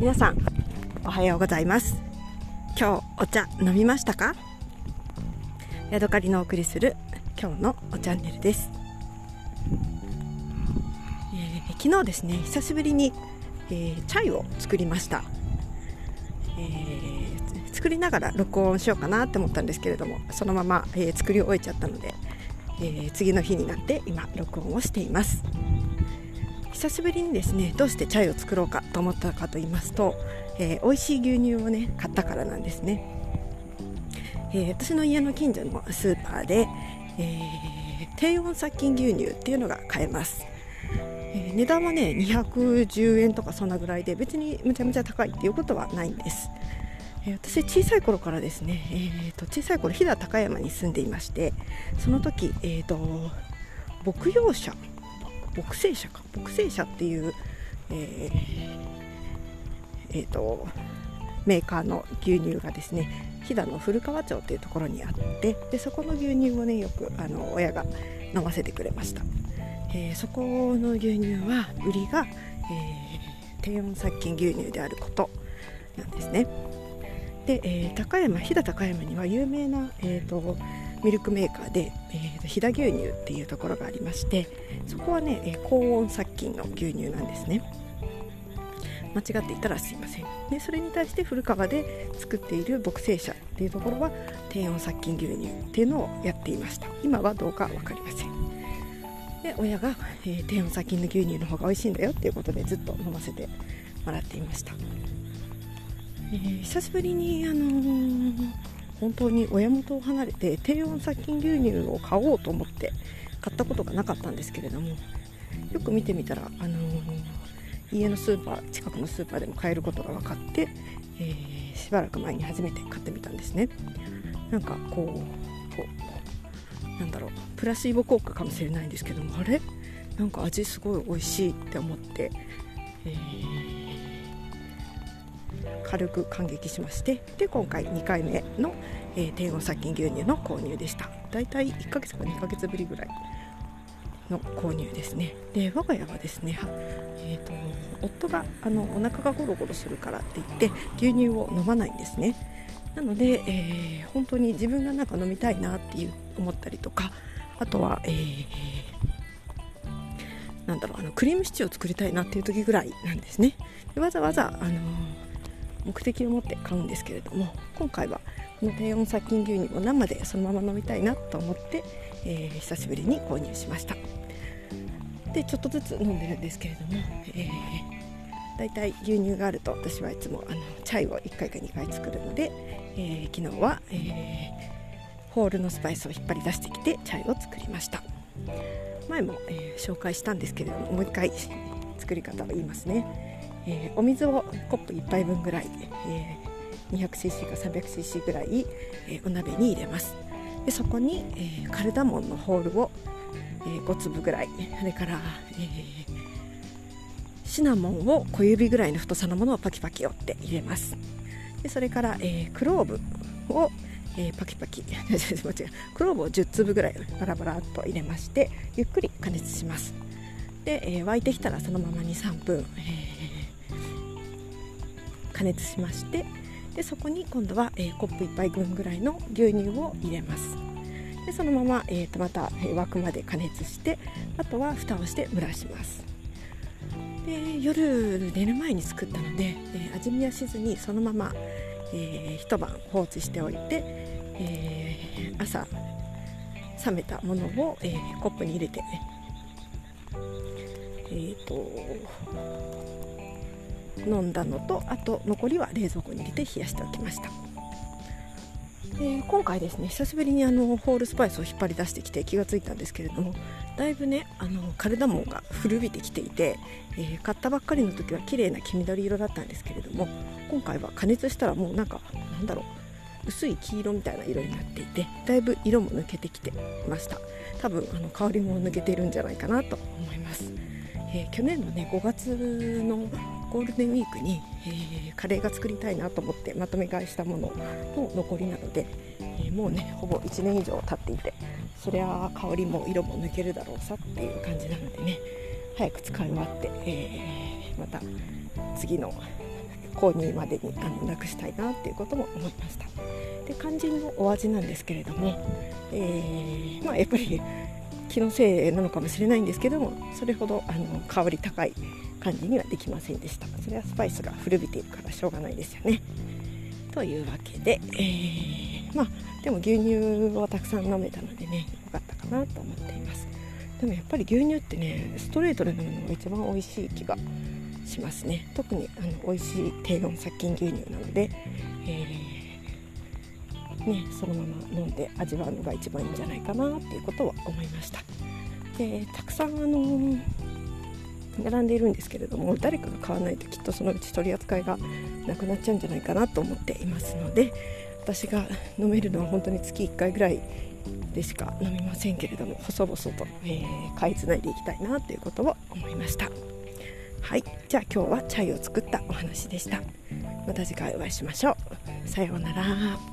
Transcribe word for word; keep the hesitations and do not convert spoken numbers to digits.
皆さんおはようございます。今日お茶飲みましたか？ヤドカリのお送りする今日のおチャンネルです。えー、昨日ですね、久しぶりに、えー、チャイを作りました。えー、作りながら録音しようかなって思ったんですけれども、そのまま、えー、作り終えちゃったので、えー、次の日になって今録音をしています。久しぶりにですね、どうしてチャイを作ろうかと思ったかと言いますと、えー、美味しい牛乳をね買ったからなんですね。えー、私の家の近所のスーパーで、えー、低温殺菌牛乳っていうのが買えます。えー、値段はねにひゃくじゅうえんとかそんなぐらいで、別にむちゃむちゃ高いっていうことはないんです。えー、私小さい頃からですね、えー、と小さい頃飛騨高山に住んでいまして、その時、えー、と牧羊舎牧生舎か牧生舎っていう、えーえー、とメーカーの牛乳がですね、飛騨の古川町というところにあって、でそこの牛乳をねよくあの親が飲ませてくれました。えー、そこの牛乳は売りが、えー、低温殺菌牛乳であることなんですね。で、えー、高山飛騨高山には有名な、えーとミルクメーカーで、えー、飛騨牛乳っていうところがありまして、そこはね、えー、高温殺菌の牛乳なんですね。間違っていたらすいません。でそれに対して古川で作っている牧生舎っていうところは低温殺菌牛乳っていうのをやっていました。今はどうか分かりません。で親が、えー、低温殺菌の牛乳の方が美味しいんだよっていうことでずっと飲ませてもらっていました。えー、久しぶりに、あのー本当に親元を離れて低温殺菌牛乳を買おうと思って買ったことがなかったんですけれども、よく見てみたら、あのー、家のスーパー近くのスーパーでも買えることが分かって、えー、しばらく前に初めて買ってみたんですね。なんかこう、こうなんだろうプラシーボ効果かもしれないんですけども、あれなんか味すごい美味しいって思って、えー軽く感激しまして、で今回にかいめの、えー、低温殺菌牛乳の購入でした。だいたいいっかげつかにかげつぶりぐらいの購入ですね。で我が家はですね、えー、と夫があのお腹がゴロゴロするからって言って牛乳を飲まないんですね。なので、えー、本当に自分がなんか飲みたいなっていう思ったりとか、あとは、えー、なんだろうあのクリームシチューを作りたいなっていう時ぐらいなんですね。でわざわざあのー目的を持って買うんですけれども、今回はこの低温殺菌牛乳を生でそのまま飲みたいなと思って、えー、久しぶりに購入しました。でちょっとずつ飲んでるんですけれども、えー、だいたい牛乳があると私はいつもあのチャイをいっかいかにかい作るので、えー、昨日は、えー、ホールのスパイスを引っ張り出してきてチャイを作りました。前も、えー、紹介したんですけれども、もう一回作り方を言いますね。えー、お水をコップいっぱいぶんぐらい、えー、にひゃくシーシー か さんびゃくシーシー ぐらい、えー、お鍋に入れます。でそこに、えー、カルダモンのホールを、えー、ごつぶぐらい、それから、えー、シナモンを小指ぐらいの太さのものをパキパキ折って入れます。でそれから、えー、クローブを、えー、パキパキ間違うクローブをじゅっつぶぐらいバラバラっと入れまして、ゆっくり加熱します。で、えー、沸いてきたらそのまま にさんぷん、えー加熱しまして、でそこに今度は、えー、コップいっぱいぶんぐらいの牛乳を入れます。でそのまま、えー、とまた、えー、沸くまで加熱して、あとは蓋をして蒸らします。で夜寝る前に作ったので、えー、味見はしずにそのまま、えー、一晩放置しておいて、えー、朝冷めたものを、えー、コップに入れて、えーと飲んだのと、あと残りは冷蔵庫に入れて冷やしておきました。で今回ですね、久しぶりにあのホールスパイスを引っ張り出してきて気がついたんですけれども、だいぶねあのカルダモンが古びてきていて、えー、買ったばっかりの時は綺麗な黄緑色だったんですけれども、今回は加熱したらもうなんかなんだろう薄い黄色みたいな色になっていて、だいぶ色も抜けてきていました。多分あの香りも抜けているんじゃないかなと思います。えー、去年のねごがつのゴールデンウィークに、えー、カレーが作りたいなと思ってまとめ買いしたものの残りなので、えー、もうねほぼいちねん以上経っていて、そりゃ香りも色も抜けるだろうさっていう感じなのでね、早く使い終わって、えー、また次の購入までにあのなくしたいなっていうことも思いました。で肝心のお味なんですけれども、えーまあ、やっぱり気のせいなのかもしれないんですけども、それほどあの香り高い感じにはできませんでした。それはスパイスが古びているからしょうがないですよね。というわけで、えー、まあでも牛乳をたくさん飲めたのでね、よかったかなと思っています。でもやっぱり牛乳ってね、ストレートで飲むのが一番美味しい気がしますね。特にあの美味しい低温殺菌牛乳なので、えーね、そのまま飲んで味わうのが一番いいんじゃないかなっていうことは思いました。でたくさんあの並んでいるんですけれども、誰かが買わないときっとそのうち取り扱いがなくなっちゃうんじゃないかなと思っていますので、私が飲めるのは本当に月いっかいぐらいでしか飲みませんけれども、細々と、えー、買いつないでいきたいなということを思いました。はい、じゃあ今日はチャイを作ったお話でした。また次回お会いしましょう。さようなら。